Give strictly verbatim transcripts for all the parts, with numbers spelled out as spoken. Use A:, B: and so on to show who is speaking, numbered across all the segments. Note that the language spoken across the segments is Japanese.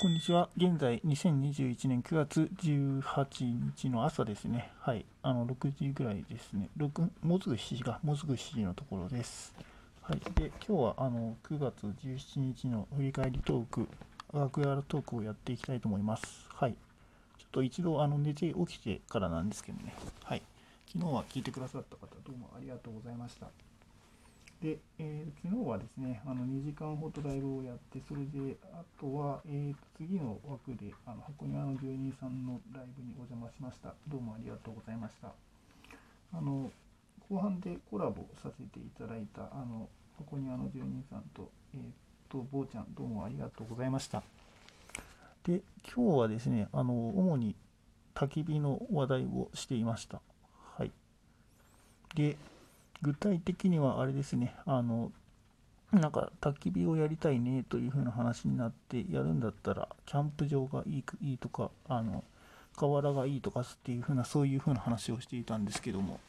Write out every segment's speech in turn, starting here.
A: こんにちは。現在、にせんにじゅういちねんくがつじゅうはちにちの朝ですね。はい。あの、ろくじぐらいですね。ろくもうすぐしちじか。もうすぐしちじのところです。はい。で、今日は、あの、くがつじゅうしちにちの振り返りトーク、楽屋トークをやっていきたいと思います。はい。ちょっと一度、あの、寝て起きてからなんですけどね。はい。昨日は聞いてくださった方、どうもありがとうございました。で、えー昨日はですね、あのにじかんほどライブをやって、それで、あとは、えー次の枠で、あの箱庭の住人さんのライブにお邪魔しました。どうもありがとうございました。あの、後半でコラボさせていただいた、あの、箱庭の住人さんと、えーと、坊ちゃん、どうもありがとうございました。で、今日はですね、あの、主に焚き火の話題をしていました。はい。で、具体的にはあれですね、あの、なんか焚き火をやりたいねという風な話になって、やるんだったらキャンプ場がいいくいいとか、あの河原がいいとかっていう風な、そういう風な話をしていたんですけども、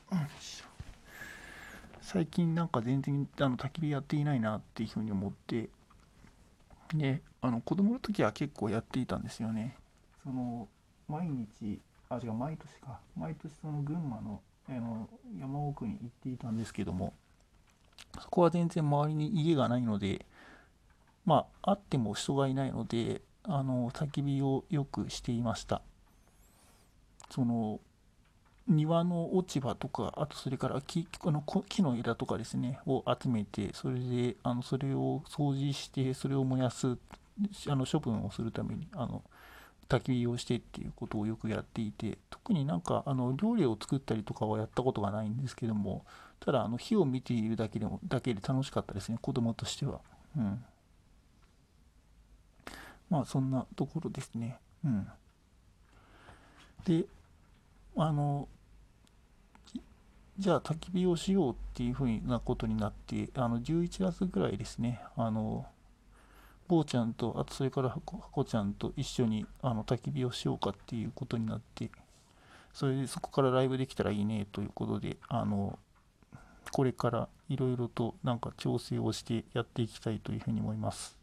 A: 最近なんか全然あの焚き火やっていないなっていう風に思って、で、あの子供の時は結構やっていたんですよね。その毎日、あ、違う、毎年か、毎年その群馬のあの山奥に行っていたんですけども、そこは全然周りに家がないので、まあ、あっても人がいないので、あの、焚き火をよくしていました。その、庭の落ち葉とか、あとそれから木、あのこ木の枝とかですね、を集めて、それで、あの、それを掃除して、それを燃やす、あの、処分をするために、あの、焚き火をしてっていうことをよくやっていて、特になんか、あの、料理を作ったりとかはやったことがないんですけども、ただ、あの、火を見ているだけでも、だけで楽しかったですね、子供としては。うん。まあ、そんなところですね。うん。で、あの、じゃあ焚き火をしようっていうふうなことになって、あの、じゅういちがつぐらいですね、あの、坊ちゃんと、あとそれからはこ、はこちゃんと一緒にあの焚き火をしようかっていうことになって、それでそこからライブできたらいいねということで、あの、これからいろいろとなんか調整をしてやっていきたいというふうに思います。